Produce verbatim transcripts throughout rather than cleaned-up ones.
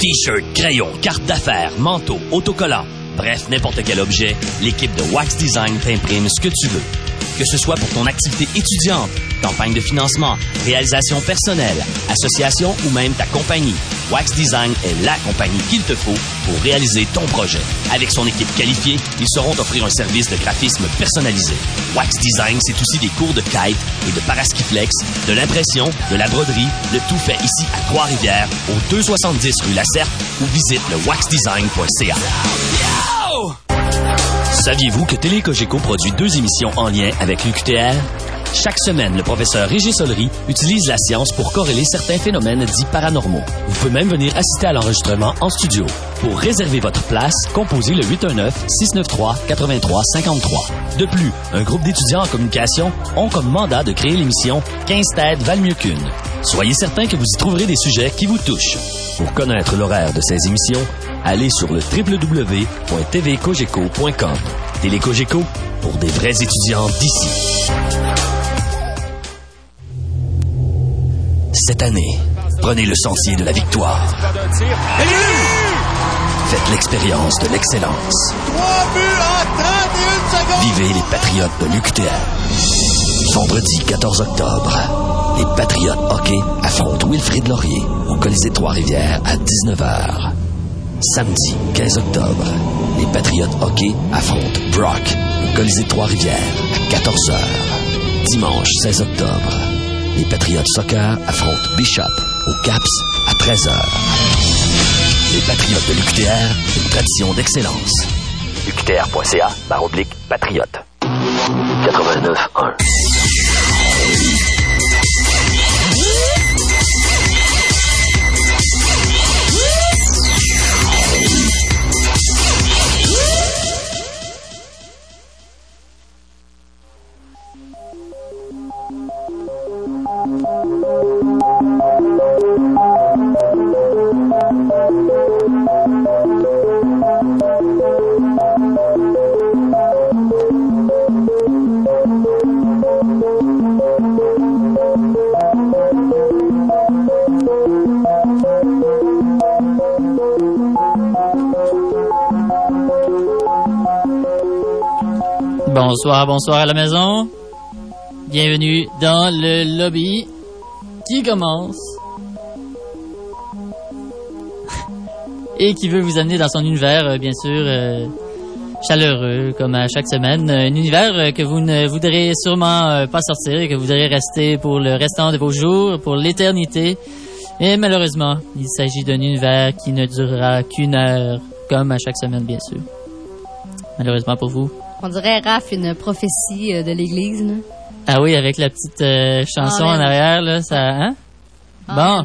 T-shirts, crayons, cartes d'affaires, manteaux, autocollants, bref, n'importe quel objet, l'équipe de Wax Design t'imprime ce que tu veux. Que ce soit pour ton activité étudiante, campagne de financement, réalisation personnelle, association ou même ta compagnie, Wax Design est la compagnie qu'il te faut pour réaliser ton projet. Avec son équipe qualifiée, ils sauront t'offrir un service de graphisme personnalisé. Wax Design, c'est aussi des cours de kite et de paraskiflex, de l'impression, de la broderie, le tout fait ici à Trois-Rivières, au deux cent soixante-dix rue Lacerte, ou visite le wax design point c a. Saviez-vous que Télé Cogeco produit deux émissions en lien avec l'U Q T R? Chaque semaine, le professeur Régis Solery utilise la science pour corréler certains phénomènes dits paranormaux. Vous pouvez même venir assister à l'enregistrement en studio. Pour réserver votre place, composez le huit un neuf, six neuf trois, huit trois cinq trois. De plus, un groupe d'étudiants en communication ont comme mandat de créer l'émission quinze têtes valent mieux qu'une. Soyez certain que vous y trouverez des sujets qui vous touchent. Pour connaître l'horaire de ces émissions, allez sur le w w w point t v cogeco point com. Télé Cogeco, pour des vrais étudiants d'ici. Cette année, prenez le sentier de la victoire. Faites l'expérience de l'excellence. Vivez les Patriotes de l'U Q T R. Vendredi quatorze octobre, les Patriotes hockey affrontent Wilfrid Laurier au Colisée Trois-Rivières à dix-neuf heures. Samedi quinze octobre, les Patriotes hockey affrontent Brock au Colisée Trois-Rivières à quatorze heures. Dimanche seize octobre, les Patriotes soccer affrontent Bishop au Caps à treize heures. Les Patriotes de l'U Q T R, une tradition d'excellence. U Q T R point C A barre oblique Patriote. quatre-vingt-neuf un. Bonsoir, bonsoir à la maison. Bienvenue dans le lobby qui commence et qui veut vous amener dans son univers, bien sûr, euh, chaleureux, comme à chaque semaine. Un univers que vous ne voudrez sûrement pas sortir et que vous voudrez rester pour le restant de vos jours, pour l'éternité. Et malheureusement, il s'agit d'un univers qui ne durera qu'une heure, comme à chaque semaine, bien sûr. Malheureusement pour vous. On dirait, Raph, une prophétie euh, de l'Église, là. Ah oui, avec la petite euh, chanson Amen. En arrière, là, ça... Hein? Amen. Bon.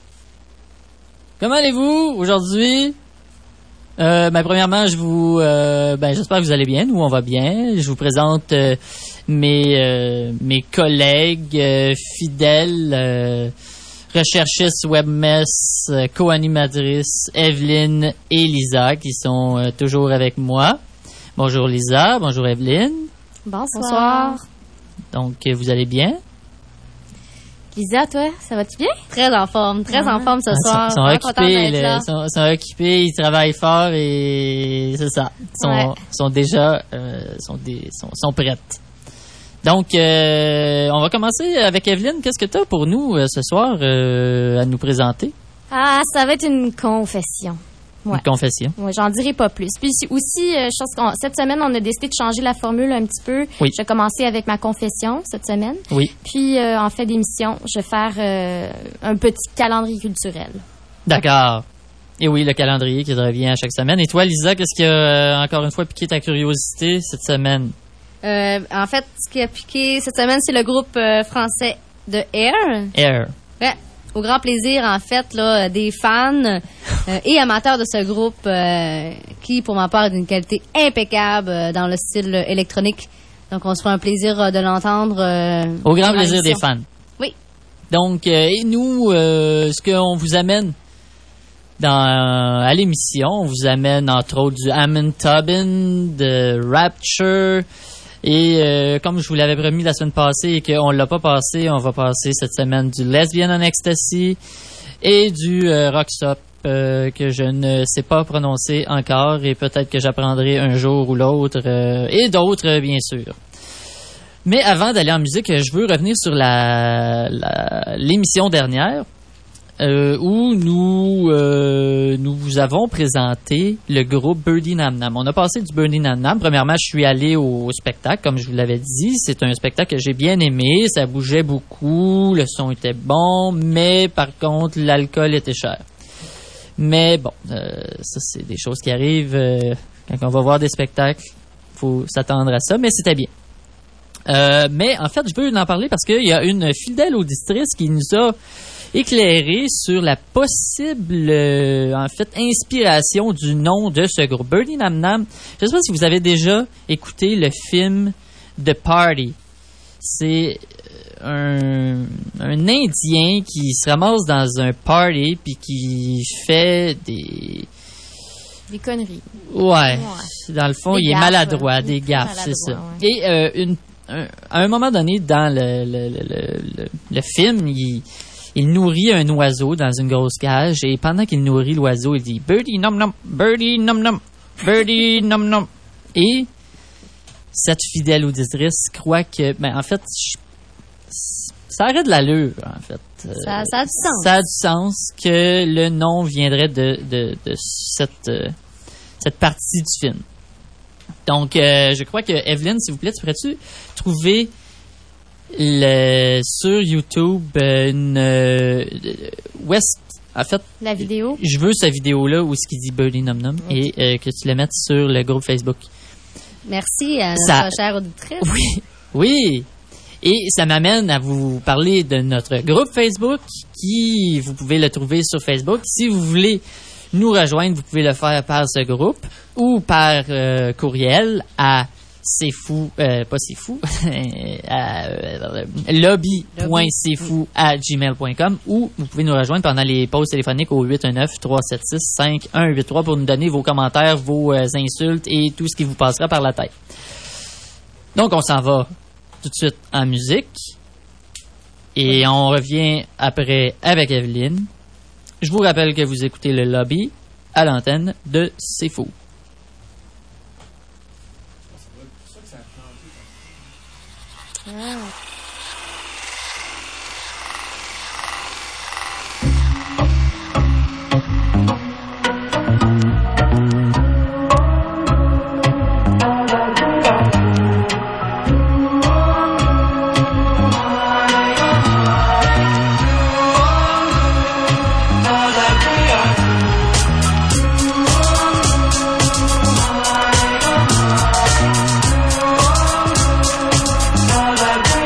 Comment allez-vous aujourd'hui? Euh, ben, premièrement, je vous... Euh, ben, j'espère que vous allez bien. Nous, on va bien. Je vous présente euh, mes, euh, mes collègues euh, fidèles, euh, recherchistes webmess, euh, co-animatrices, Evelyne et Lisa, qui sont euh, toujours avec moi. Bonjour Lisa, bonjour Evelyne. Bonsoir. Bonsoir. Donc, vous allez bien? Lisa, toi, ça va-tu bien? Très en forme, très ah. en forme ce ah, soir. Ils sont, sont occupés, ils sont, sont occupés, ils travaillent fort et c'est ça. Ils sont, ouais. sont déjà euh, sont, des, sont, sont prêtes. Donc, euh, on va commencer avec Evelyne. Qu'est-ce que tu as pour nous euh, ce soir euh, à nous présenter? Ah, ça va être une confession. Ouais. Une confession. Oui, j'en dirai pas plus. Puis aussi, euh, je pense qu'on, cette semaine, on a décidé de changer la formule un petit peu. Oui. Je vais commencer avec ma confession cette semaine. Oui. Puis, euh, en fait d'émission, je vais faire euh, un petit calendrier culturel. D'accord. Et oui, le calendrier qui revient à chaque semaine. Et toi, Lisa, qu'est-ce qui a, euh, encore une fois, piqué ta curiosité cette semaine? Euh, en fait, ce qui a piqué cette semaine, c'est le groupe euh, français de Air. Air. Ouais. Au grand plaisir, en fait, là, des fans euh, et amateurs de ce groupe euh, qui, pour ma part, est d'une qualité impeccable euh, dans le style euh, électronique. Donc, on se fera un plaisir euh, de l'entendre. Euh, Au grand plaisir des fans. Oui. Donc, euh, et nous, euh, ce qu'on vous amène dans, euh, à l'émission, on vous amène entre autres du Amon Tobin, de Rapture. Et euh, comme je vous l'avais promis la semaine passée et qu'on ne l'a pas passé, on va passer cette semaine du Lesbian on Ecstasy et du euh, Rock Stop euh, que je ne sais pas prononcer encore et peut-être que j'apprendrai un jour ou l'autre euh, et d'autres bien sûr. Mais avant d'aller en musique, je veux revenir sur la, la l'émission dernière euh, où nous euh, nous vous avons présenté le groupe Birdie Nam Nam. On a passé du Birdie Nam Nam. Premièrement, je suis allé au, au spectacle, comme je vous l'avais dit. C'est un spectacle que j'ai bien aimé. Ça bougeait beaucoup, le son était bon, mais par contre, l'alcool était cher. Mais bon, euh, ça c'est des choses qui arrivent euh, quand on va voir des spectacles. Faut s'attendre à ça, mais c'était bien. Euh, mais en fait, je veux en parler parce qu'il y a une fidèle auditrice qui nous a éclairé sur la possible, euh, en fait, inspiration du nom de ce groupe. Birdie Nam Nam. Je ne sais pas si vous avez déjà écouté le film The Party. C'est un, un Indien qui se ramasse dans un party puis qui fait des... Des conneries. Ouais. ouais. Dans le fond, des il gaffes, est maladroit, ouais. des gaffes, maladroit, c'est ça. Ouais. Et euh, une, un, à un moment donné, dans le, le, le, le, le film, il, il nourrit un oiseau dans une grosse cage et pendant qu'il nourrit l'oiseau, il dit « Birdie nom nom, Birdie nom nom, Birdie nom nom ». Et cette fidèle auditrice croit que... Ben, en fait, je, ça aurait de l'allure, en fait. Ça, ça a du sens. Ça a du sens que le nom viendrait de, de, de cette, euh, cette partie du film. Donc, euh, je crois que, Evelyne, s'il vous plaît, tu pourrais-tu trouver le, sur YouTube une euh, West, en fait, La vidéo? Je veux cette vidéo-là où ce qui dit Birdie Nom Nom okay. et euh, que tu la mettes sur le groupe Facebook. Merci à notre ça, chère auditrice. Oui, oui. Et ça m'amène à vous parler de notre groupe Facebook qui, vous pouvez le trouver sur Facebook. Si vous voulez nous rejoindre, vous pouvez le faire par ce groupe ou par euh, courriel à c'est fou, euh, pas c'est fou, à euh, lobby point c'est fou à gmail point com ou vous pouvez nous rejoindre pendant les pauses téléphoniques au huit un neuf, trois sept six, cinq un huit trois pour nous donner vos commentaires, vos euh, insultes et tout ce qui vous passera par la tête. Donc, on s'en va tout de suite en musique. Et on revient après avec Evelyne. Je vous rappelle que vous écoutez le Lobby à l'antenne de C'est Fou. Ah. All that we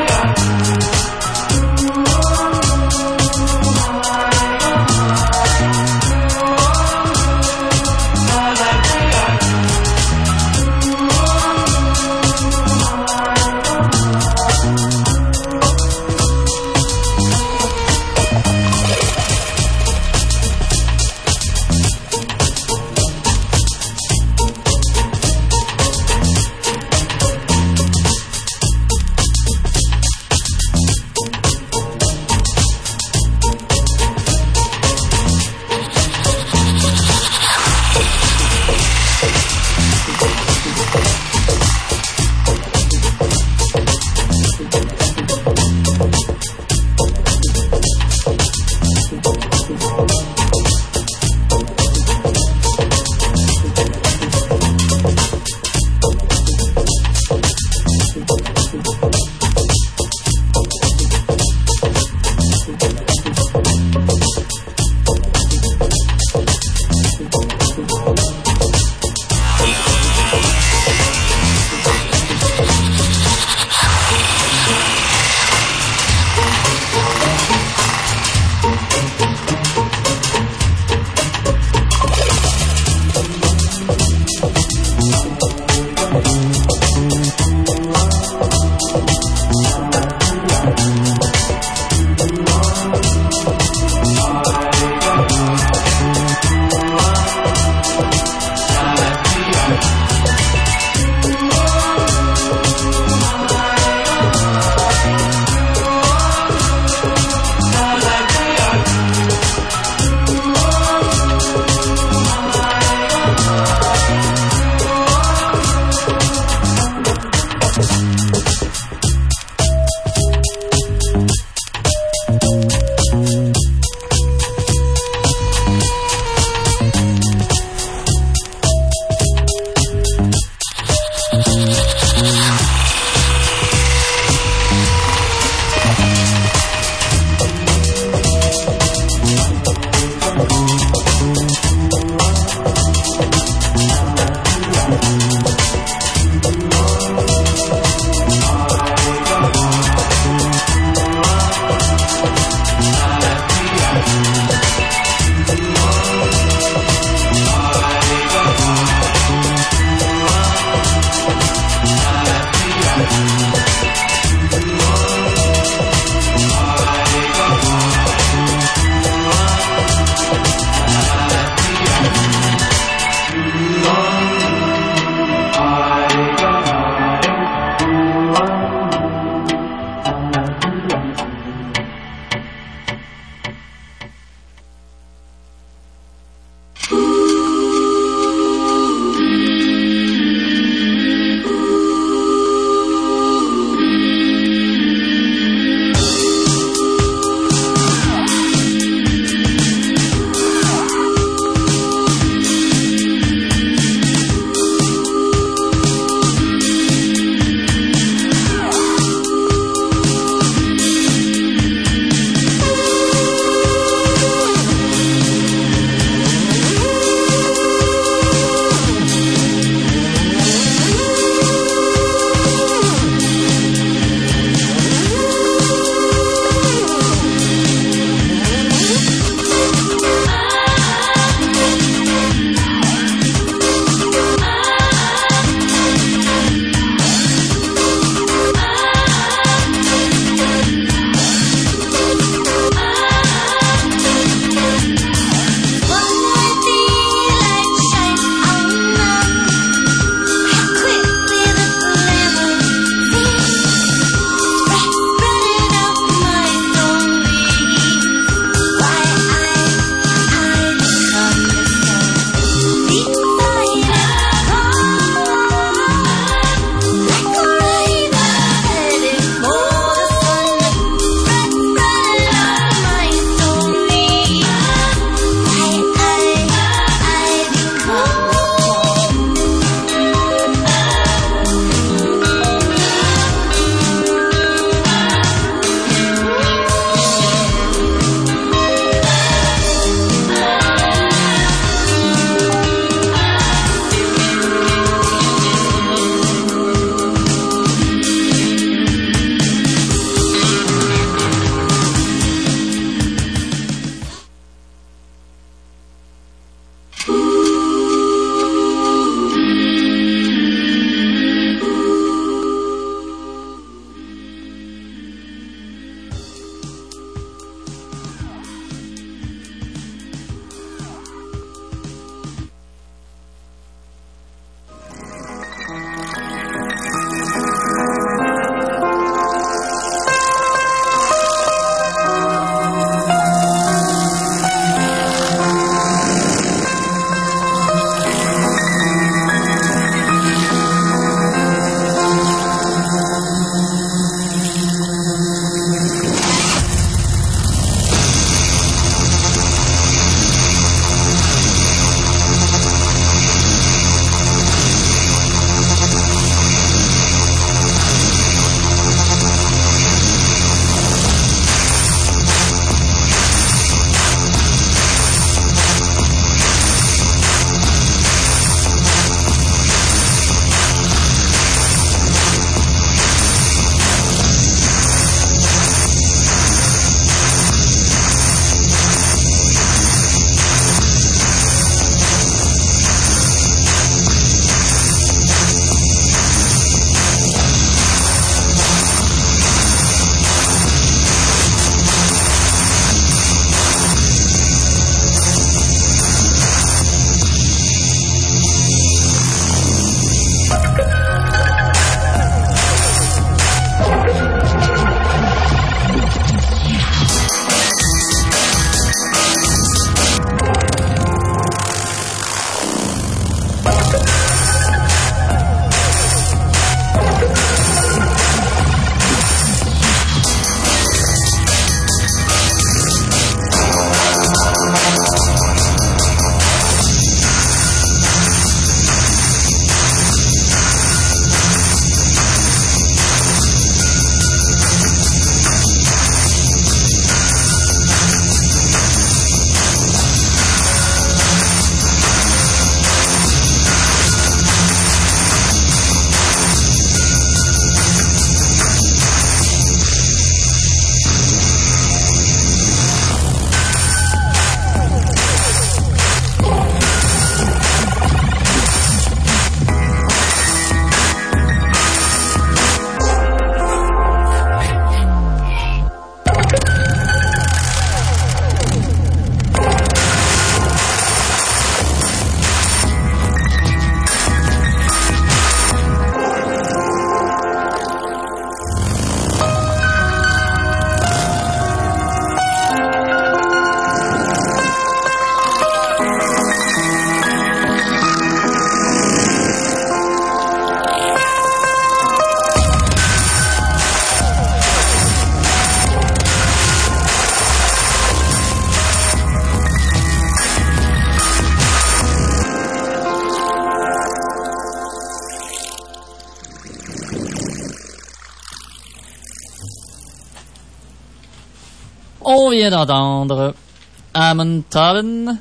vient d'entendre Amon Tobin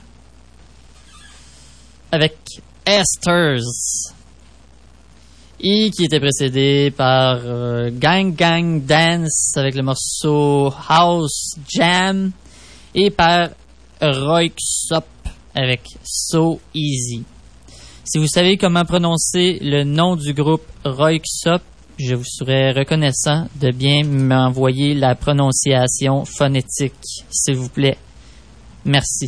avec Esther's, et qui était précédé par euh, Gang Gang Dance avec le morceau House Jam, et par Röyksopp avec So Easy. Si vous savez comment prononcer le nom du groupe Röyksopp, je vous serais reconnaissant de bien m'envoyer la prononciation phonétique, s'il vous plaît. Merci.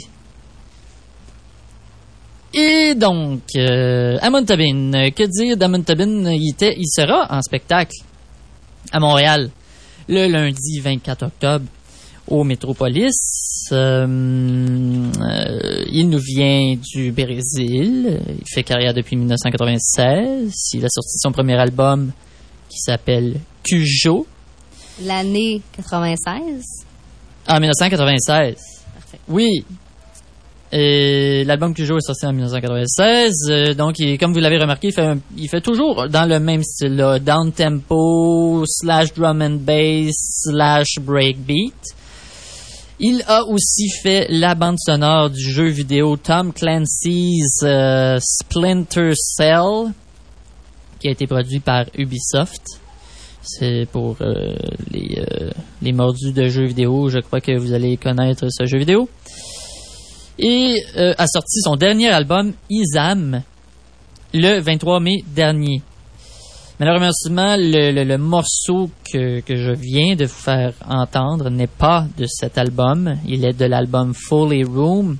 Et donc, euh, Amon Tobin, que dire d'Amon Tobin? Il, était, il sera en spectacle à Montréal le lundi vingt-quatre octobre au Métropolis. Euh, euh, il nous vient du Brésil. Il fait carrière depuis dix-neuf cent quatre-vingt-seize. Il a sorti son premier album qui s'appelle Cujo. L'année quatre-vingt-seize? En dix-neuf cent quatre-vingt-seize. Parfait. Oui. Et l'album Cujo est sorti en dix-neuf cent quatre-vingt-seize. Euh, donc, il, comme vous l'avez remarqué, il fait, un, il fait toujours dans le même style, là, down tempo, slash drum and bass, slash breakbeat. Il a aussi fait la bande sonore du jeu vidéo Tom Clancy's euh, Splinter Cell, qui a été produit par Ubisoft. C'est pour euh, les, euh, les mordus de jeux vidéo. Je crois que vous allez connaître ce jeu vidéo. Et euh, a sorti son dernier album, Isam, le vingt-trois mai dernier. Malheureusement, le, le, le morceau que, que je viens de vous faire entendre n'est pas de cet album. Il est de l'album Foley Room.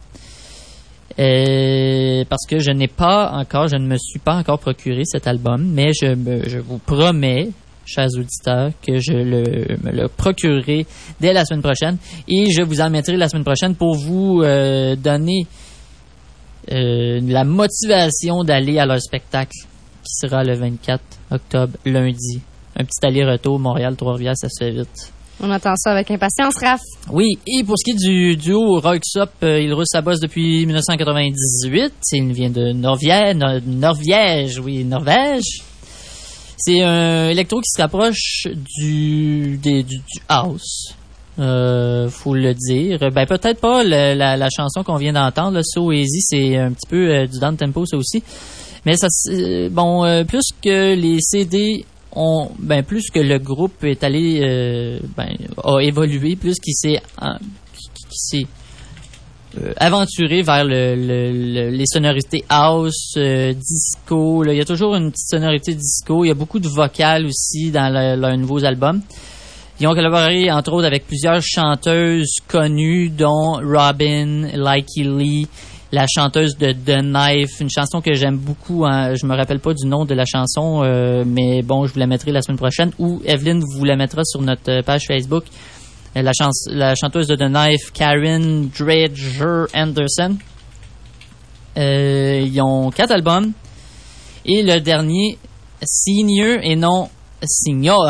Euh, parce que je n'ai pas encore, je ne me suis pas encore procuré cet album, mais je, me, je vous promets, chers auditeurs, que je le, me le procurerai dès la semaine prochaine, et je vous en mettrai la semaine prochaine pour vous euh, donner euh, la motivation d'aller à leur spectacle qui sera le vingt-quatre octobre, lundi. Un petit aller-retour Montréal-Trois-Rivières, ça se fait vite. On attend ça avec impatience, Raph. Oui, et pour ce qui est du duo Röyksopp, euh, il roule sa bosse depuis dix-neuf cent quatre-vingt-dix-huit. Il vient de Norviège, Nor- Norviège, oui, Norvège. C'est un électro qui se rapproche du, des, du, du house, euh, faut le dire. Ben peut-être pas le, la, la chanson qu'on vient d'entendre, là, So Easy, c'est un petit peu euh, du down tempo ça aussi. Mais ça, c'est, bon, euh, plus que les C D ont, ben plus que le groupe est allé, euh, ben a évolué, plus qu'il s'est, en, qui, qui s'est euh, aventuré vers le, le, le, les sonorités house, euh, disco. Là. Il y a toujours une petite sonorité disco. Il y a beaucoup de vocales aussi dans le, leurs nouveaux albums. Ils ont collaboré, entre autres, avec plusieurs chanteuses connues, dont Robin, Likey Lee, la chanteuse de The Knife, une chanson que j'aime beaucoup. Hein. Je me rappelle pas du nom de la chanson, euh, mais bon, je vous la mettrai la semaine prochaine. Ou Evelyne vous la mettra sur notre page Facebook. La, chans- la chanteuse de The Knife, Karen Dredger Anderson. Euh, ils ont quatre albums. Et le dernier, Senior et non Signor,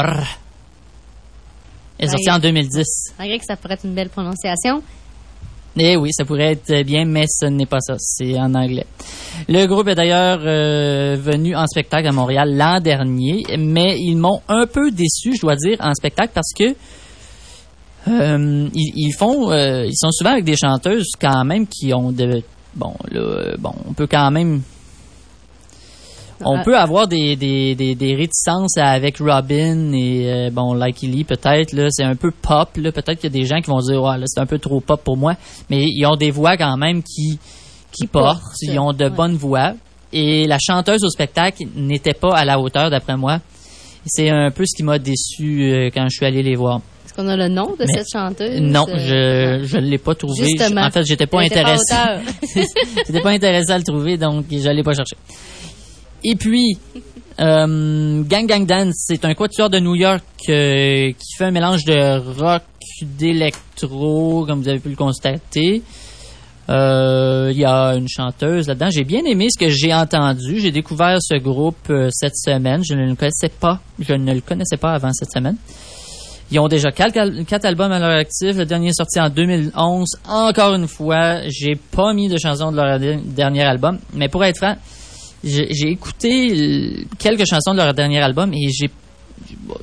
est sorti en deux mille dix. Malgré que ça pourrait être une belle prononciation. Eh oui, ça pourrait être bien, mais ce n'est pas ça. C'est en anglais. Le groupe est d'ailleurs euh, venu en spectacle à Montréal l'an dernier, mais ils m'ont un peu déçu, je dois dire, en spectacle, parce que euh, ils, ils font, euh, ils sont souvent avec des chanteuses quand même qui ont de, bon là, bon, on peut quand même. On peut avoir des, des, des, des réticences avec Robin et euh, bon, Likey Lee peut-être, là, c'est un peu pop, là, peut-être qu'il y a des gens qui vont dire ouais, là, c'est un peu trop pop pour moi, mais ils ont des voix quand même qui, qui, qui portent, portent, ils ont de ouais. bonnes voix, et la chanteuse au spectacle n'était pas à la hauteur d'après moi. C'est un peu ce qui m'a déçu euh, quand je suis allé les voir. Est-ce qu'on a le nom de mais, cette chanteuse? Non, je je ne l'ai pas trouvé. Justement. En fait, j'étais pas Elle intéressé. Pas j'étais pas intéressé à le trouver, donc je l'ai pas cherché. Et puis, euh, Gang Gang Dance, c'est un quatuor de New York euh, qui fait un mélange de rock, d'électro, comme vous avez pu le constater. Euh, il y a une chanteuse là-dedans. J'ai bien aimé ce que j'ai entendu. J'ai découvert ce groupe euh, cette semaine. Je ne le connaissais pas. Je ne le connaissais pas avant cette semaine. Ils ont déjà quatre, quatre albums à leur actif. Le dernier est sorti en deux mille onze. Encore une fois, j'ai pas mis de chansons de leur dernier album. Mais pour être franc, j'ai, j'ai écouté quelques chansons de leur dernier album et j'ai,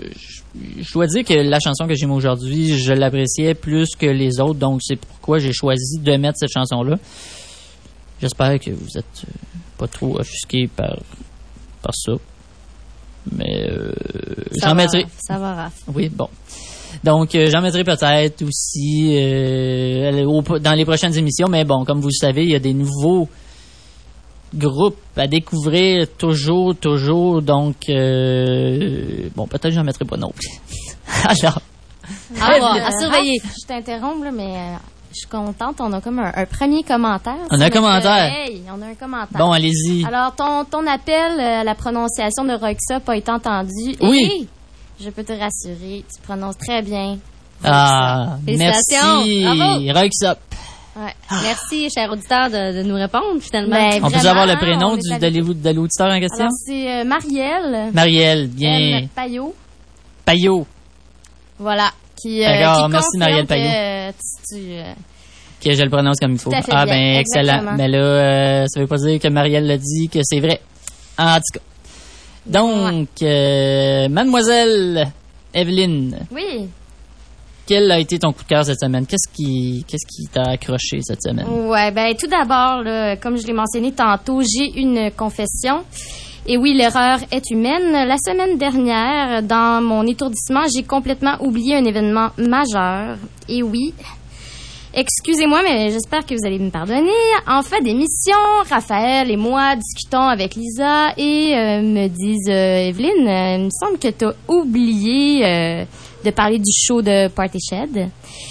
je dois dire que la chanson que j'aime aujourd'hui, je l'appréciais plus que les autres, donc c'est pourquoi j'ai choisi de mettre cette chanson-là. J'espère que vous êtes pas trop offusqués par, par ça. Mais euh, Ça j'en va, mettrai... Ça va, Raph. Oui, bon. Donc, euh, j'en mettrai peut-être aussi euh, au, dans les prochaines émissions, mais bon, comme vous le savez, il y a des nouveaux groupes à découvrir toujours, toujours, donc euh, bon, peut-être j'en mettrai pas non plus. Alors, À voir, Euh, à surveiller. Raph, je t'interromps, là, mais euh, je suis contente. On a comme un, un premier commentaire. On a sur un notre- commentaire. Hey, on a un commentaire. bon, allez-y. Alors, ton, ton appel à la prononciation de Roxop a été entendu. Oui. Et je peux te rassurer, tu prononces très bien. Ah, Félicitations. merci. Bravo. Roxop. Ouais. Merci, cher auditeur, de, de nous répondre, finalement. Ben, On peut vraiment, avoir le hein, prénom on du, est de avec- l'au- de l'auditeur en question? Alors, c'est euh, Marielle. Marielle, bien. M. Payot. Payot. Voilà. Qui, euh, D'accord, qui merci, confirme Marielle que, Payot. euh, tu, tu, euh, Que je le prononce comme il faut. Tout à fait Ah, bien, ben, excellent. exactement. Mais là, euh, ça veut pas dire que Marielle l'a dit, que c'est vrai. En tout cas. Donc, euh, mademoiselle Evelyne, oui. quel a été ton coup de cœur cette semaine? Qu'est-ce qui, qu'est-ce qui t'a accroché cette semaine? Ouais, ben tout d'abord, là, comme je l'ai mentionné tantôt, j'ai une confession. Et oui, l'erreur est humaine. La semaine dernière, dans mon étourdissement, j'ai complètement oublié un événement majeur. Et oui, excusez-moi, mais j'espère que vous allez me pardonner. En fin d'émission, Raphaël et moi discutons avec Lisa et euh, me disent, euh, Evelyne, euh, il me semble que tu as oublié euh, de parler du show de Party Shed.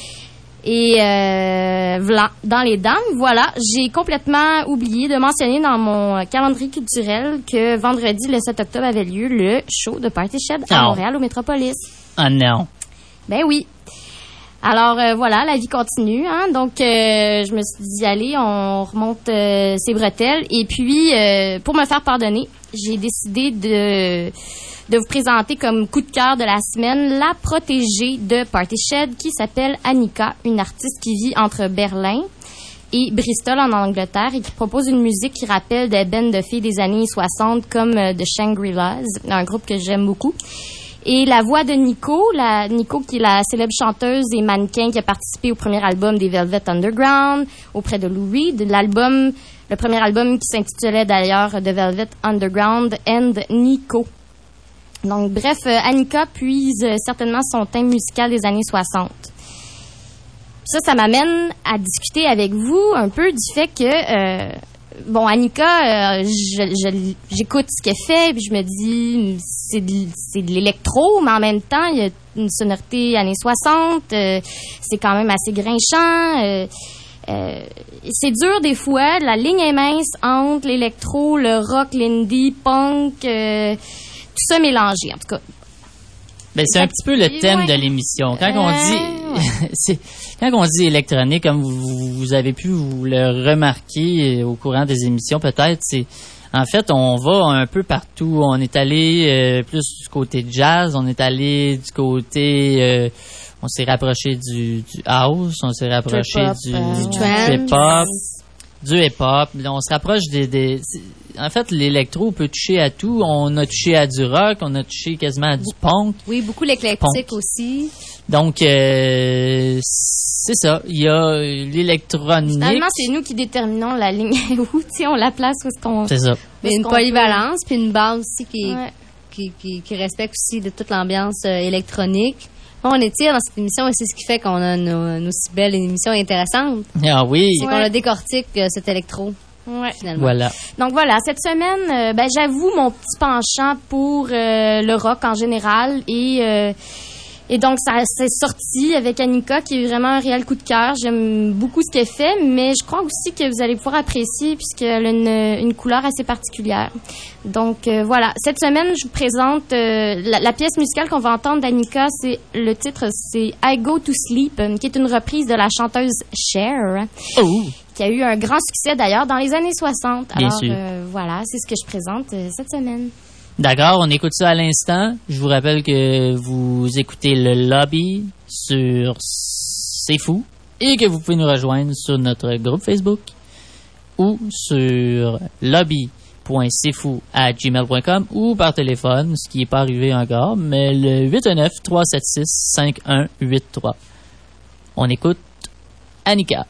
Et euh, v'là, dans les dames, voilà, j'ai complètement oublié de mentionner dans mon calendrier culturel que vendredi, le sept octobre, avait lieu le show de Party Shed à Oh. Montréal, au Métropolis. Ah non. Ben oui. Alors euh, voilà, la vie continue, hein. Donc euh, je me suis dit allez, on remonte euh, ses bretelles et puis euh, pour me faire pardonner, j'ai décidé de de vous présenter comme coup de cœur de la semaine la protégée de Party Shed qui s'appelle Annika, une artiste qui vit entre Berlin et Bristol en Angleterre et qui propose une musique qui rappelle des bands de filles des années soixante comme euh, The Shangri-Las, un groupe que j'aime beaucoup. Et la voix de Nico, la, Nico qui est la célèbre chanteuse et mannequin qui a participé au premier album des Velvet Underground auprès de Lou Reed. L'album, le premier album qui s'intitulait d'ailleurs The Velvet Underground and Nico. Donc bref, euh, Annika puise euh, certainement son thème musical des années soixante. Ça, ça m'amène à discuter avec vous un peu du fait que, euh, bon, Annika, euh, je, je- j'écoute ce qu'elle fait, puis je me dis, c'est de, c'est de l'électro, mais en même temps, il y a une sonorité années soixante, euh, c'est quand même assez grinchant. Euh, euh, c'est dur des fois, la ligne est mince entre l'électro, le rock, l'indie, punk, euh, tout ça mélangé, en tout cas. Ben, c'est un petit peu le thème Ouais. de l'émission. Quand on Euh, dit, c'est, quand on dit électronique, comme vous, vous avez pu vous le remarquer au courant des émissions, peut-être, c'est, en fait, on va un peu partout. On est allé euh, plus du côté jazz, on est allé du côté, euh, on s'est rapproché du, du house, on s'est rapproché Trip-hop, du, euh, du trance. trip-hop, du hip-hop. On se rapproche des... des c'est- en fait, l'électro peut toucher à tout. On a touché à du rock, on a touché quasiment à du punk. Oui, beaucoup l'éclectique Punk. aussi. Donc, euh, c'est ça. Il y a l'électronique. Finalement, c'est nous qui déterminons la ligne où, tu sais, on la place où est-ce qu'on... C'est ça. Mais Est-ce une qu'on polyvalence, puis une base aussi qui, Ouais. qui, qui, qui respecte aussi de toute l'ambiance euh, électronique. Bon, on étire dans cette émission et c'est ce qui fait qu'on a nos, nos si belles émissions intéressantes. Ah oui. C'est qu'on Ouais. le décortique, euh, cet électro, Ouais. finalement. Voilà. Donc voilà, cette semaine, euh, ben, j'avoue mon petit penchant pour euh, le rock en général et euh, et donc ça s'est sorti avec Annika qui est vraiment un réel coup de cœur. J'aime beaucoup ce qu'elle fait, mais je crois aussi que vous allez pouvoir apprécier puisqu'elle a une, une couleur assez particulière. Donc euh, voilà, cette semaine je vous présente euh, la, la pièce musicale qu'on va entendre d'Annika. C'est le titre, c'est I Go to Sleep, euh, qui est une reprise de la chanteuse Cher, Oh. qui a eu un grand succès d'ailleurs dans les années soixante. Bien Alors sûr. euh, voilà, c'est ce que je présente euh, cette semaine. D'accord, on écoute ça à l'instant. Je vous rappelle que vous écoutez le lobby sur C'est Fou et que vous pouvez nous rejoindre sur notre groupe Facebook ou sur lobby point c fou arobase gmail point com ou par téléphone, ce qui n'est pas arrivé encore, mais le huit un neuf, trois sept six, cinq un huit trois. On écoute Annika.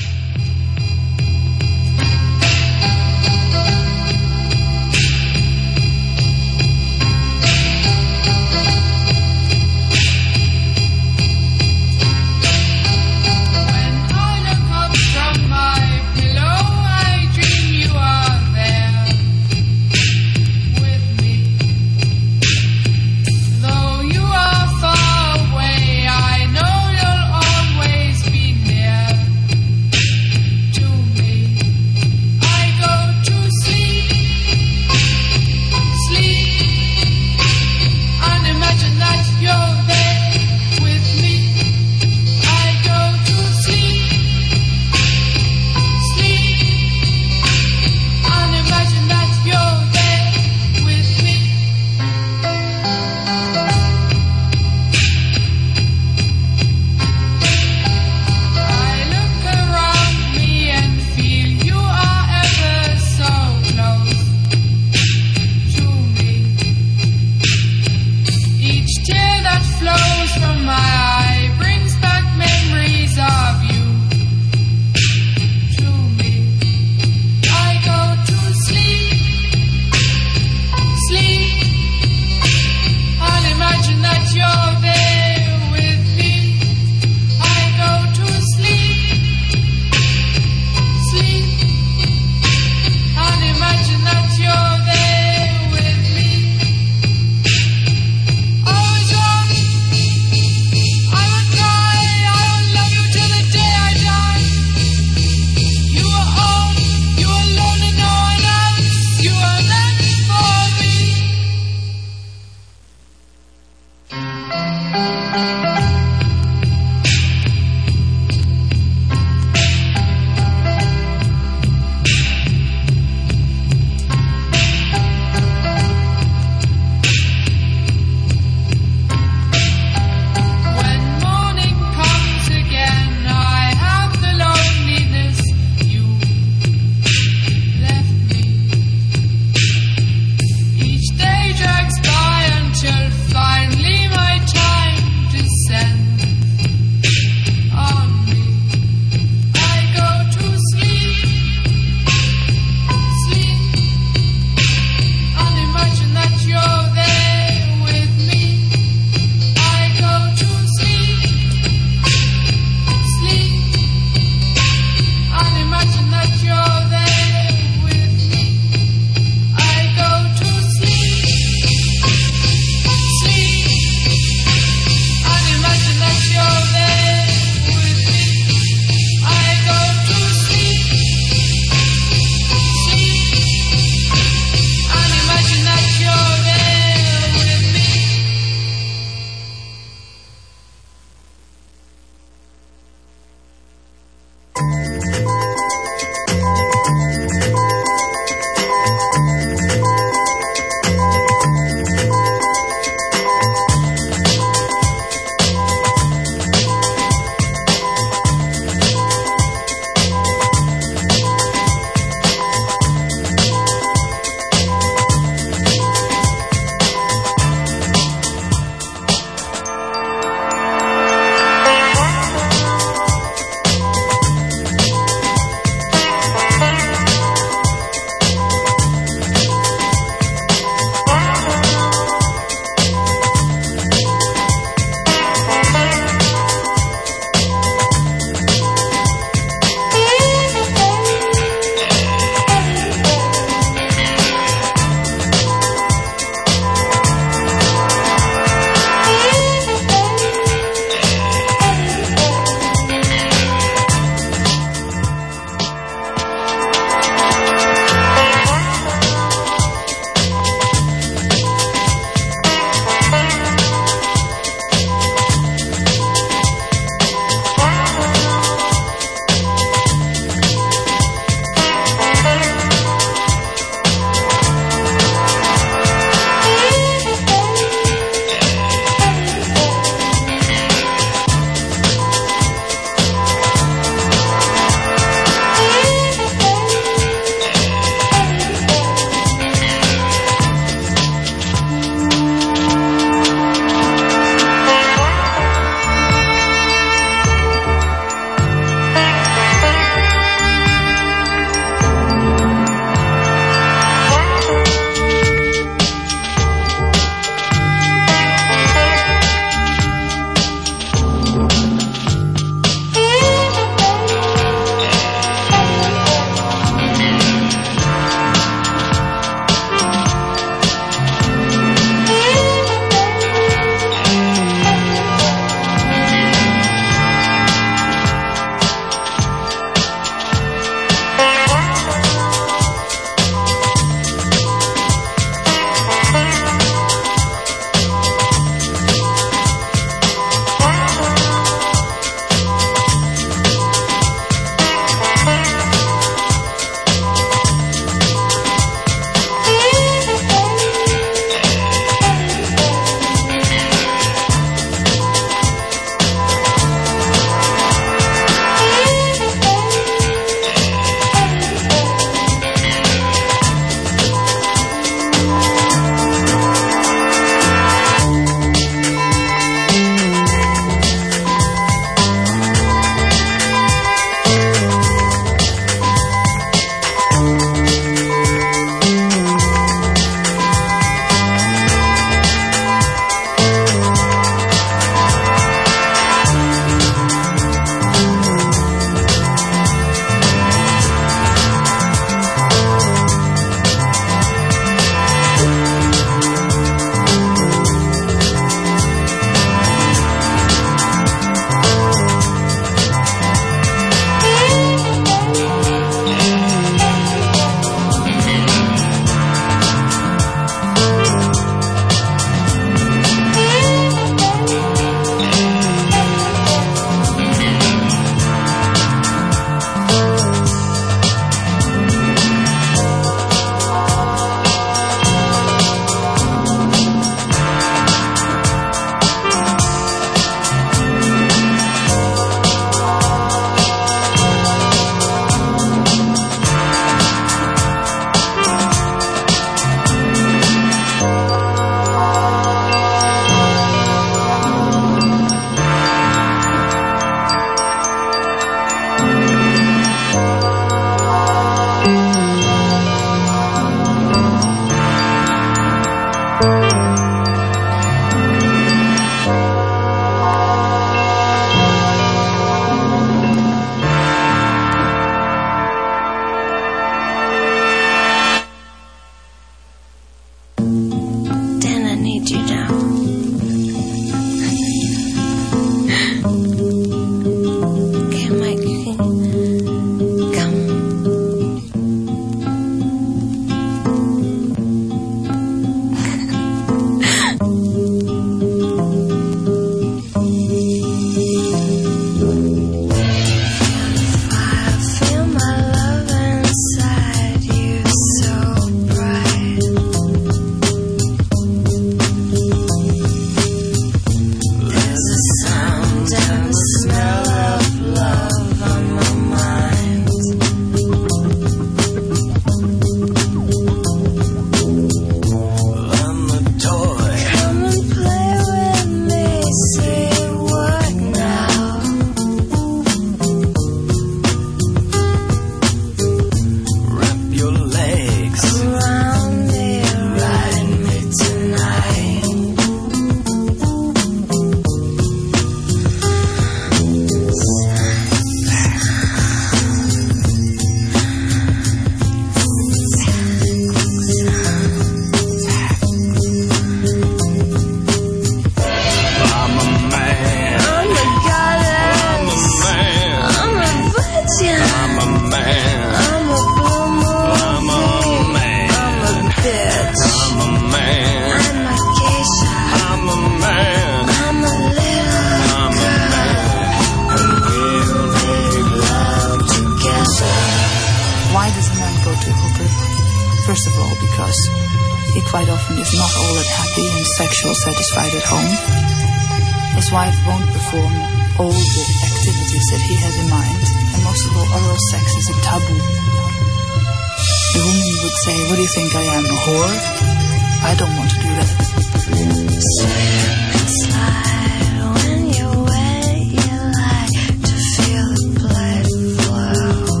Niklas. He quite often is not all that happy and sexual satisfied at home. His wife won't perform all the activities that he has in mind, and most of all, oral sex is a taboo. The woman would say, what do you think I am, a whore? I don't want to do that. Slip and slide when you're wet, you like to feel the blood flow.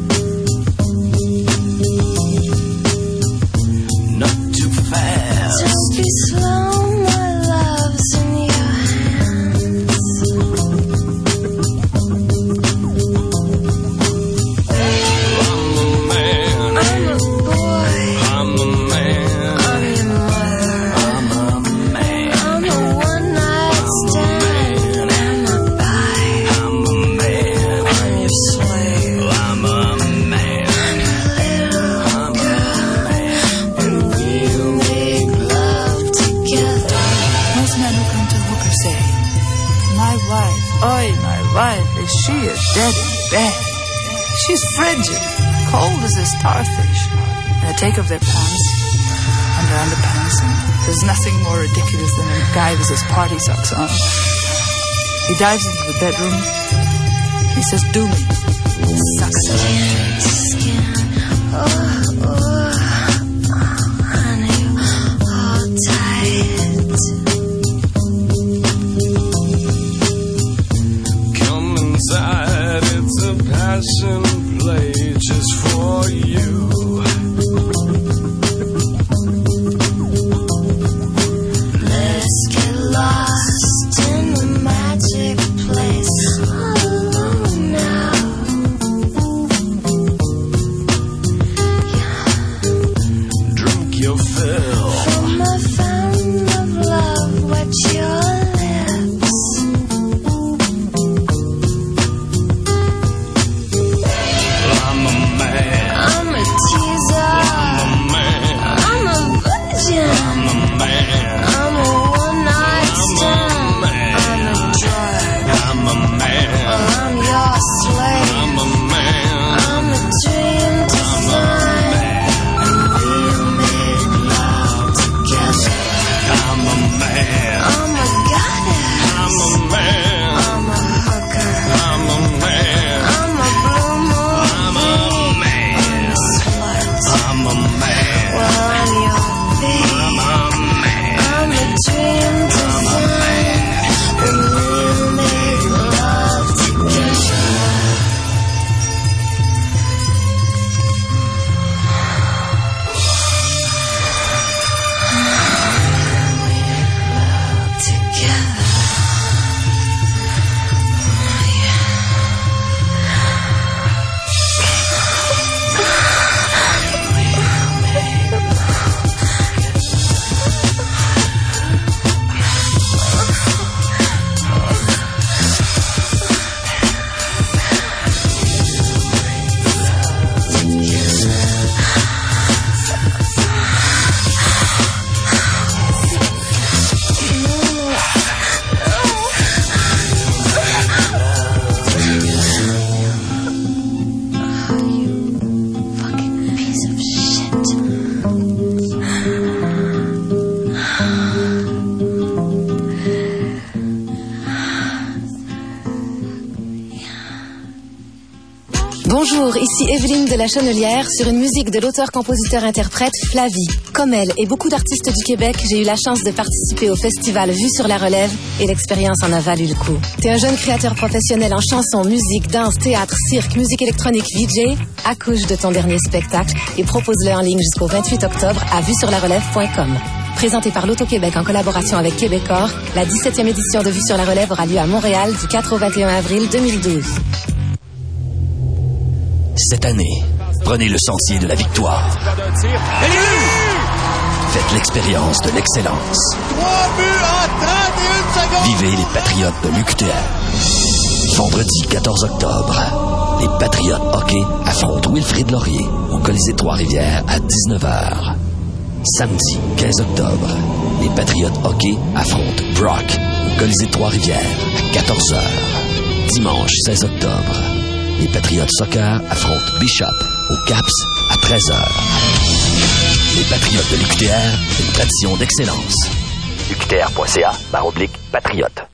Not too fast. Just be slow, my love's in your hands. I'm a man. I'm a boy. I'm a man. I'm your mother. I'm a man. I'm a one-night stand. I'm a buy. I'm a man. I'm your slave. I'm a man. I'm a girl, and we'll make love together. Most men who come to hookers say, my wife, oi, my wife, is she a dead in bed? She's frigid, cold as a starfish. And they take off their pants, and their underpants, and there's nothing more ridiculous than a guy with his party socks on. He dives into the bedroom, he says, do me. Sucks it. Skin to skin, oh, oh, honey, hold tight. Come inside, it's a passion play just for you. Let's get lost in the magic place alone now. Drink your fill. From a fountain of love, wet your lips. I'm a man. I'm a teaser. I'm a man. I'm a virgin. I'm a man. I'm a one-night stand. man. I'm a drug. I'm a man. I'm your slave. I'm a man. I'm a dream design. And we'll make love together. I'm a man. I'm a goddess. I'm a man. I'm a hooker. I'm a man. I'm a blue moon. I'm a man. I'm a slut. I'm a man. Well, I'm your babe. I'm a man. I'm a dream design. And we'll make love together. Together. Fucking piece of shit. Bonjour, ici Evelyne de la Chenelière sur une musique de l'auteur-compositeur-interprète Flavie. Comme elle et beaucoup d'artistes du Québec, j'ai eu la chance de participer au festival Vue sur la relève et l'expérience en a valu le coup. T'es un jeune créateur professionnel en chanson, musique, danse, théâtre, cirque, musique électronique, V J? Accouche de ton dernier spectacle et propose-le en ligne jusqu'au vingt-huit octobre à vue sur la relève point com. Présenté par l'Auto-Québec en collaboration avec Québecor, la dix-septième édition de Vue sur la relève aura lieu à Montréal du quatre au vingt et un avril deux mille douze. Cette année, prenez le sentier de la victoire. Faites l'expérience de l'excellence. Vivez les Patriotes de l'U Q T R. Vendredi quatorze octobre, les Patriotes hockey affrontent Wilfrid Laurier au Colisée Trois-Rivières à dix-neuf heures. Samedi quinze octobre, les Patriotes hockey affrontent Brock au Colisée Trois-Rivières à quatorze heures. Dimanche seize octobre, les Patriotes soccer affrontent Bishop au Caps à treize heures. Les Patriotes de l'U Q T R, une tradition d'excellence. U Q T R point C A barre oblique patriote.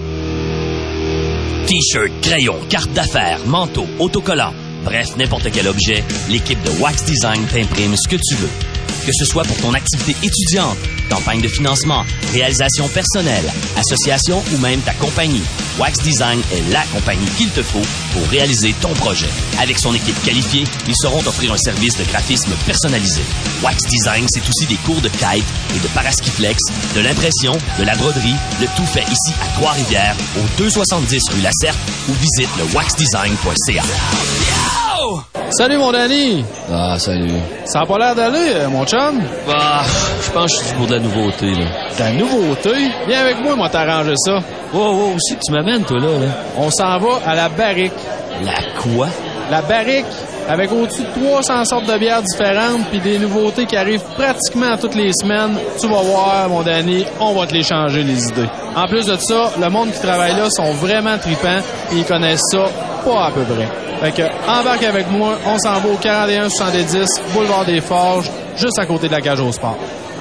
T-shirt, crayon, carte d'affaires, manteau, autocollant, bref, n'importe quel objet, l'équipe de Wax Design t'imprime ce que tu veux. Que ce soit pour ton activité étudiante, campagne de financement, réalisation personnelle, association ou même ta compagnie, Wax Design est la compagnie qu'il te faut pour réaliser ton projet. Avec son équipe qualifiée, ils sauront t'offrir un service de graphisme personnalisé. Wax Design, c'est aussi des cours de kite et de paraskiflex, de l'impression, de la broderie, le tout fait ici à Trois-Rivières, au deux cent soixante-dix rue Lacerte, ou visite le wax design point c a. Salut mon Danny! Ah, salut. Ça a pas l'air d'aller, euh, mon chum? Bah, je pense que je suis pour de la nouveauté, là. De la nouveauté? Viens avec moi, moi t'arranger ça. Wow, wow, où c'est que tu m'amènes, toi, là, là? On s'en va à la barrique. La quoi? La barrique, avec au-dessus de trois cents sortes de bières différentes puis des nouveautés qui arrivent pratiquement toutes les semaines. Tu vas voir, mon Danny, on va te les changer, les idées. En plus de ça, le monde qui travaille là sont vraiment tripants et ils connaissent ça pas à peu près. Fait que, embarque avec moi, on s'en va au quarante et un soixante-dix, boulevard des Forges, juste à côté de la cage au sport.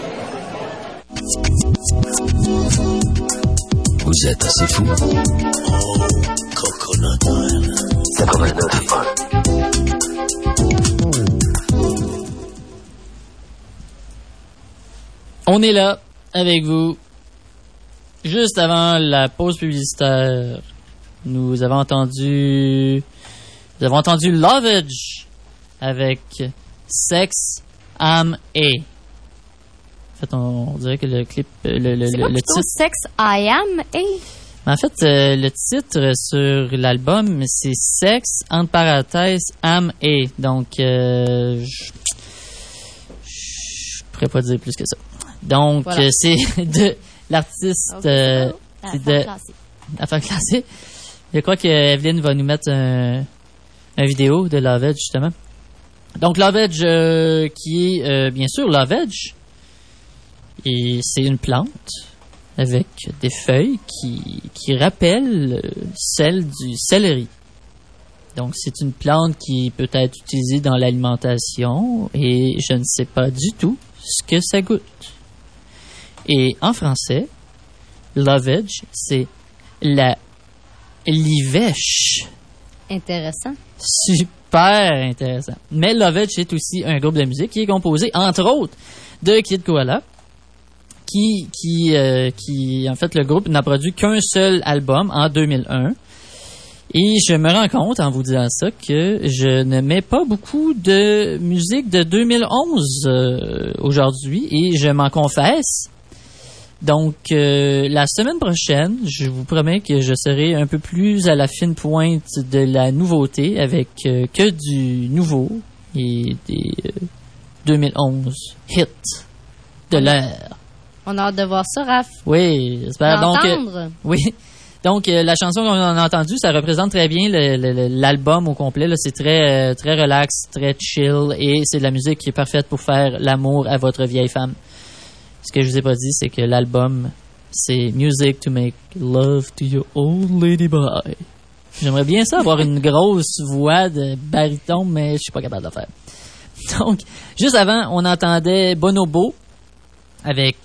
Vous êtes assez fou. Oh, Coconut Island. quatre-vingt-neuf point On est là, avec vous. Juste avant la pause publicitaire, nous avons entendu... Nous avons entendu Lovage avec Sex, Am A. En fait, on, on dirait que le clip, le, le, C'est le, quoi le plutôt titre... Sex, I Am A? En fait, euh, le titre sur l'album, c'est Sex, entre parenthèses, Am A. Donc, euh, je je pourrais pas dire plus que ça. Donc, Voilà. euh, c'est de l'artiste... Ok, euh, c'est c'est bon. de... Affaire classée. Affaire classée. Je crois que Evelyne va nous mettre un, un vidéo de Lovage, justement. Donc, Lovage, euh, qui est, euh, bien sûr, Lovage. Et c'est une plante avec des feuilles qui, qui rappellent euh, celles du céleri. Donc, c'est une plante qui peut être utilisée dans l'alimentation et je ne sais pas du tout ce que ça goûte. Et en français, Lovage, c'est la livèche. Intéressant. Super intéressant. Mais Lovage, c'est aussi un groupe de musique qui est composé, entre autres, de Kid Koala, qui, qui, euh, qui, en fait, le groupe n'a produit qu'un seul album en deux mille un. Et je me rends compte, en vous disant ça, que je ne mets pas beaucoup de musique de deux mille onze euh, aujourd'hui, et je m'en confesse. Donc, euh, la semaine prochaine, je vous promets que je serai un peu plus à la fine pointe de la nouveauté, avec euh, que du nouveau et des euh, deux mille onze hits de l'ère. On a hâte de voir ça, Raph. Oui, j'espère. Donc, euh, D'entendre. oui. Donc, euh, la chanson qu'on a entendue, ça représente très bien le- le- l'album au complet. Là. C'est très, euh, très relax, très chill, et c'est de la musique qui est parfaite pour faire l'amour à votre vieille femme. Ce que je vous ai pas dit, c'est que l'album, c'est Music to Make Love to Your Old Lady Boy. J'aimerais bien ça, avoir une grosse voix de baryton, mais je suis pas capable de le faire. Donc, juste avant, on entendait Bonobo avec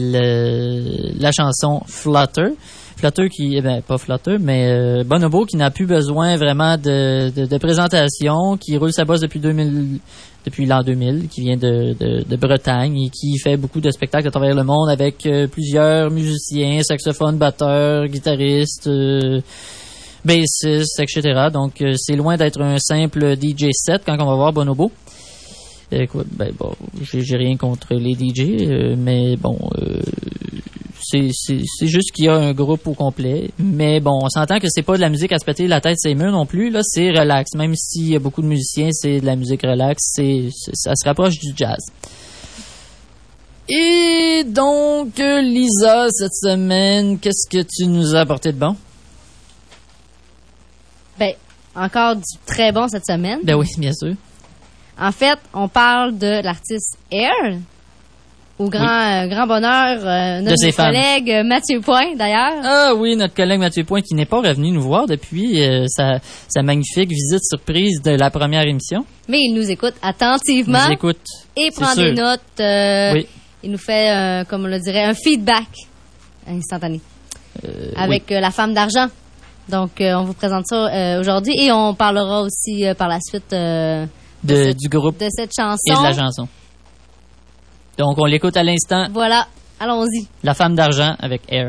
le, la chanson Flutter. Flutter qui, eh ben, pas Flutter, mais euh, Bonobo qui n'a plus besoin vraiment de, de, de présentation, qui roule sa bosse depuis deux mille, depuis l'an deux mille, qui vient de, de, de Bretagne et qui fait beaucoup de spectacles à travers le monde avec euh, plusieurs musiciens, saxophones, batteurs, guitaristes, euh, bassistes, et cetera. Donc, euh, c'est loin d'être un simple D J set quand on va voir Bonobo. Euh, quoi, ben bon, j'ai, j'ai rien contre les D J, euh, mais bon, euh, c'est, c'est, c'est juste qu'il y a un groupe au complet. Mais bon, on s'entend que c'est pas de la musique à se péter la tête ses murs non plus. Là, c'est relax. Même s'il y a beaucoup de musiciens, c'est de la musique relax. C'est, c'est ça se rapproche du jazz. Et donc, euh, Lisa, cette semaine, qu'est-ce que tu nous as apporté de bon? Ben, encore du très bon cette semaine. Ben oui, bien sûr. En fait, on parle de l'artiste Air. Au grand, euh, grand bonheur euh, De notre ses fans. collègue euh, Mathieu Point, d'ailleurs. Ah oui, notre collègue Mathieu Point qui n'est pas revenu nous voir depuis euh, sa, sa magnifique visite surprise de la première émission. Mais il nous écoute attentivement. Il nous écoute. Et c'est prend sûr. des notes. euh, Oui. Il nous fait, euh, comme on le dirait, un feedback instantané. Euh, avec oui. euh, la femme d'argent. Donc, euh, on vous présente ça euh, aujourd'hui. Et on parlera aussi euh, par la suite euh, de, cette- du groupe de cette chanson. et de la chanson. Donc, on l'écoute à l'instant. Voilà, allons-y. La femme d'argent avec Air.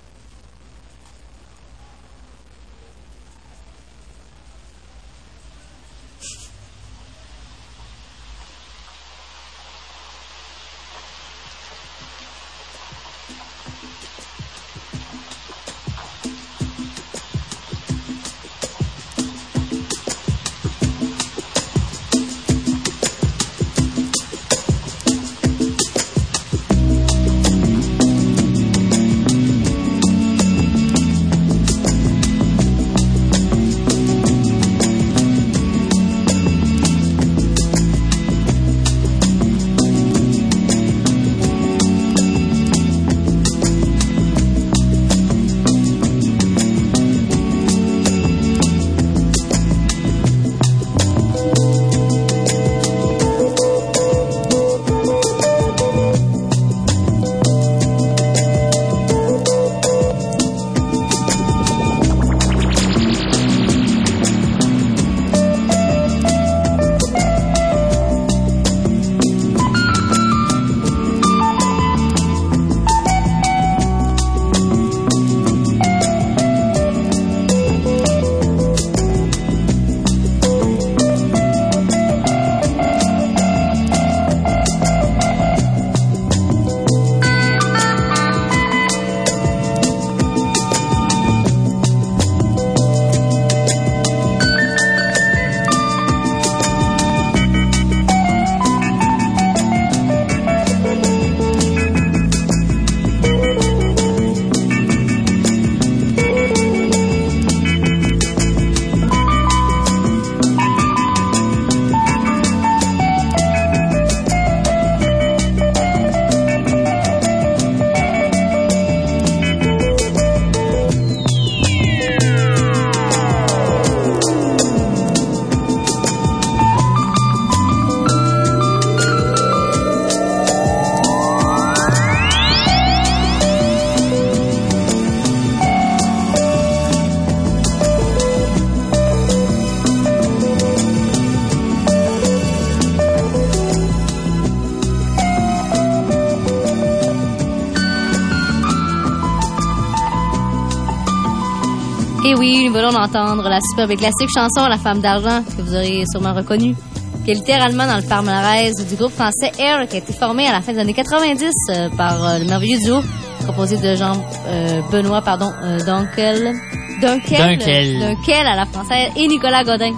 Et oui, nous venons d'entendre la superbe et classique chanson La femme d'argent, que vous aurez sûrement reconnue, qui est littéralement dans le palmarès du groupe français Air, qui a été formé à la fin des années quatre-vingt-dix euh, par euh, le merveilleux duo composé de Jean euh, Benoît, pardon, euh, Dunkel, Dunkel, Dunkel. Dunkel à la française, et Nicolas Godin.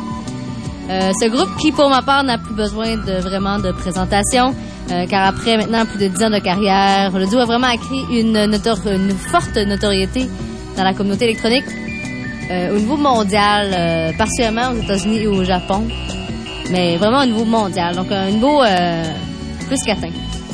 Euh, ce groupe qui, pour ma part, n'a plus besoin de vraiment de présentation, euh, car après maintenant plus de dix ans de carrière, le duo a vraiment acquis une, notor- une forte notoriété dans la communauté électronique euh, au niveau mondial, euh, particulièrement aux États-Unis et au Japon, mais vraiment au niveau mondial, donc un niveau euh, plus qu'atteint.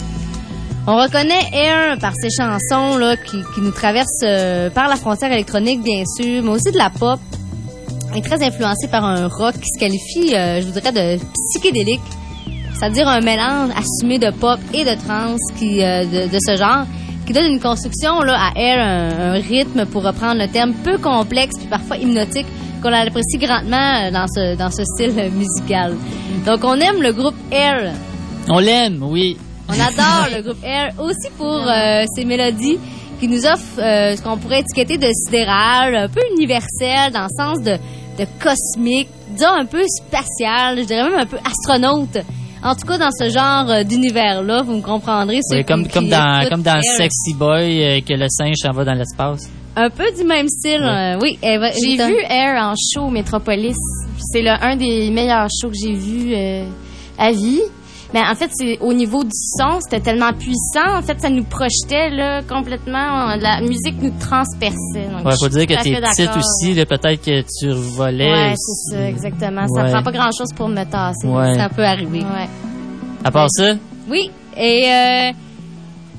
On reconnaît Air par ses chansons là, qui, qui nous traversent euh, par la frontière électronique, bien sûr, mais aussi de la pop. Il est très influencé par un rock qui se qualifie, euh, je voudrais, de psychédélique, c'est-à-dire un mélange assumé de pop et de trance qui, euh, de, de ce genre, qui donne une construction là, à Air, un, un rythme, pour reprendre le terme, peu complexe puis parfois hypnotique, qu'on apprécie grandement dans ce, dans ce style musical. Donc on aime le groupe Air. On l'aime, oui. On adore le groupe Air aussi pour euh, ses mélodies qui nous offrent euh, ce qu'on pourrait étiqueter de sidéral, un peu universel dans le sens de, de cosmique, disons un peu spatial, je dirais même un peu astronaute. En tout cas, dans ce genre euh, d'univers-là, vous me comprendrez. ceux Oui, comme, qui- comme qui dans, écoutent comme dans Air. Sexy Boy, euh, que le singe s'en va dans l'espace. Un peu du même style, euh, oui. Eva- J'ai Rita. vu Air en show au Metropolis. C'est le, un des meilleurs shows que j'ai vus euh, à vie. Mais en fait, c'est au niveau du son, c'était tellement puissant. En fait, ça nous projetait là, complètement. La musique nous transperçait. Donc, Ouais, je faut suis dire que tout à t'es fait petite d'accord. aussi, là, peut-être que tu volais. Ouais, aussi. c'est ça, exactement. Ça Ouais. prend pas grand-chose pour me tasser. Ouais. Ça peut arriver. Ouais. À part ça, Oui, et euh,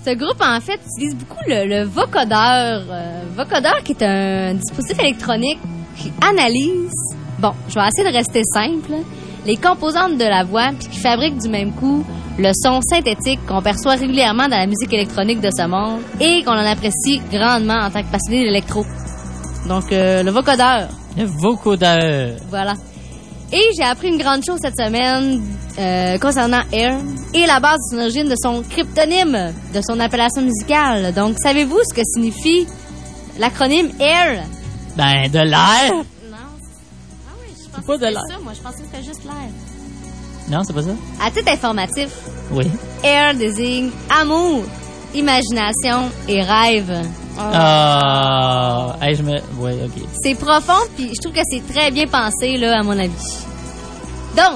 Ce groupe, en fait, utilise beaucoup le, le vocodeur. Euh, vocodeur, qui est un dispositif électronique qui analyse, bon, je vais essayer de rester simple, les composantes de la voix, puis qui fabrique du même coup le son synthétique qu'on perçoit régulièrement dans la musique électronique de ce monde et qu'on en apprécie grandement en tant que passionné de l'électro. Donc, euh, le vocodeur. Le vocodeur. Voilà. Et j'ai appris une grande chose cette semaine euh, concernant Air et la base de son origine de son cryptonyme, de son appellation musicale. Donc, savez-vous ce que signifie l'acronyme Air? Ben, de l'air. Non. Ah oui, je pensais pas que de c'était l'air. ça. Moi, je pensais que c'était juste l'air. Non, c'est pas ça? À titre informatif, Oui. Air désigne amour, imagination et rêve. Ah. Hey, je me. Ouais, ok. C'est profond, puis je trouve que c'est très bien pensé, là, à mon avis. Donc,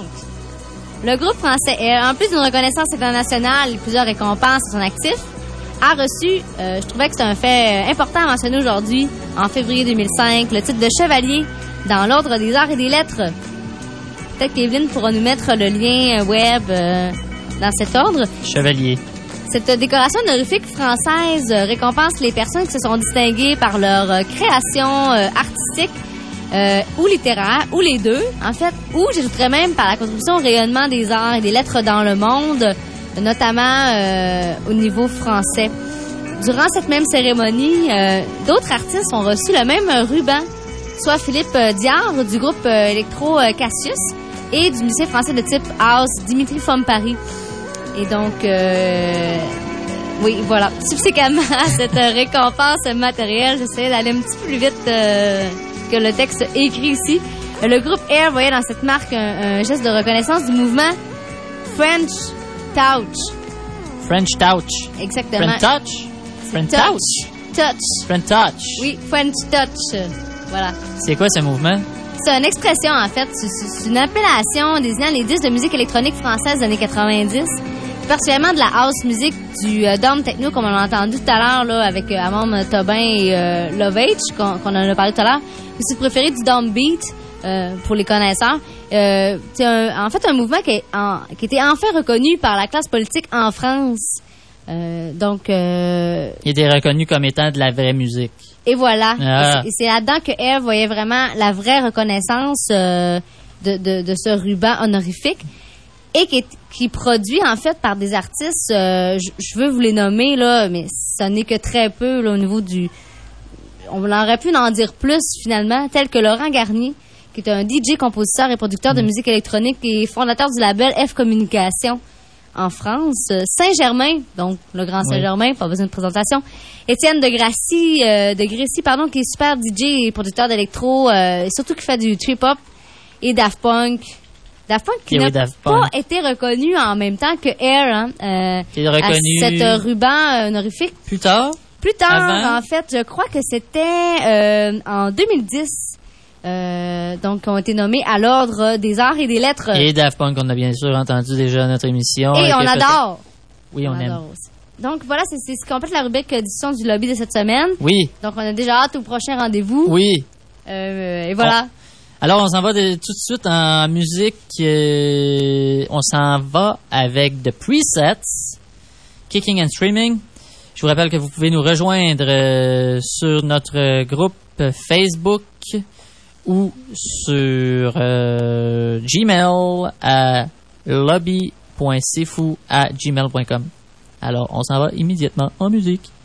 le groupe français Air, en plus d'une reconnaissance internationale et plusieurs récompenses à son actif, a reçu, euh, je trouvais que c'est un fait euh, important à mentionner aujourd'hui, en février deux mille cinq, le titre de chevalier dans l'ordre des arts et des lettres. Peut-être qu'Evelyne pourra nous mettre le lien web euh, dans cet ordre. Chevalier. Cette décoration honorifique française euh, récompense les personnes qui se sont distinguées par leur euh, création euh, artistique euh, ou littéraire, ou les deux, en fait, ou j'ajouterais même par la contribution au rayonnement des arts et des lettres dans le monde, notamment euh, au niveau français. Durant cette même cérémonie, euh, d'autres artistes ont reçu le même ruban, soit Philippe euh, Diard du groupe euh, électro euh, Cassius et du musicien français de type House Dimitri Fompari. Et donc, euh, oui, voilà. Subséquemment à cette récompense matérielle, j'essayais d'aller un petit peu plus vite euh, que le texte écrit ici. Le groupe Air voyait dans cette marque un, un geste de reconnaissance du mouvement French Touch. French Touch. Exactement. French Touch. French Touch. Touch. French Touch. Oui, French Touch. Voilà. C'est quoi ce mouvement? C'est une expression, en fait. C'est, c'est une appellation désignant les disques de musique électronique française des années quatre-vingt-dix. Particulièrement de la house music, du euh, drum techno, comme on l'a entendu tout à l'heure, là, avec euh, Amand Tobin et euh, Lovage, qu'on, qu'on en a parlé tout à l'heure. Aussi préféré du drum beat, euh, pour les connaisseurs. Euh, c'est un, en fait un mouvement qui, est en, qui était enfin reconnu par la classe politique en France. Euh, donc... Euh, Il était reconnu comme étant de la vraie musique. Et voilà. Ah. Et c'est, et c'est là-dedans que Air voyait vraiment la vraie reconnaissance euh, de, de, de ce ruban honorifique et qui est qui produit en fait par des artistes, euh, je, je veux vous les nommer là, mais ça n'est que très peu là, au niveau du... On aurait pu en dire plus finalement, tel que Laurent Garnier, qui est un D J, compositeur et producteur de musique électronique et fondateur du label F Communication en France. Saint-Germain, donc le Grand Saint-Germain, pas besoin de présentation. Étienne de Gracie, euh, de Gracie, pardon, qui est super D J et producteur d'électro, euh, et surtout qui fait du trip-hop, et Daft Punk. Daft Punk qui Et n'a oui, Daft pas Punk. été reconnu en même temps que Air, hein, euh, Qui est reconnu à cette ruban euh, honorifique. plus tard. Plus tard, Avant. en fait, je crois que c'était euh, en deux mille dix. Euh, donc, ont été nommés à l'ordre des arts et des lettres. Et Daft Punk, on a bien sûr entendu déjà à notre émission. Et on qui a fait- adore. Oui, on, On aime. adore aussi. Donc, voilà, c'est, c'est ce qui complète la rubrique euh, discussion du lobby de cette semaine. Oui, Donc, on a déjà hâte au prochain rendez-vous. oui. Euh, et voilà. Alors, on s'en va de- tout de suite en musique. euh, on s'en va avec The Presets, Kicking and Streaming. Je vous rappelle que vous pouvez nous rejoindre euh, sur notre groupe Facebook ou sur euh, Gmail à lobby point c f o u arobase gmail point com. Alors, on s'en va immédiatement en musique.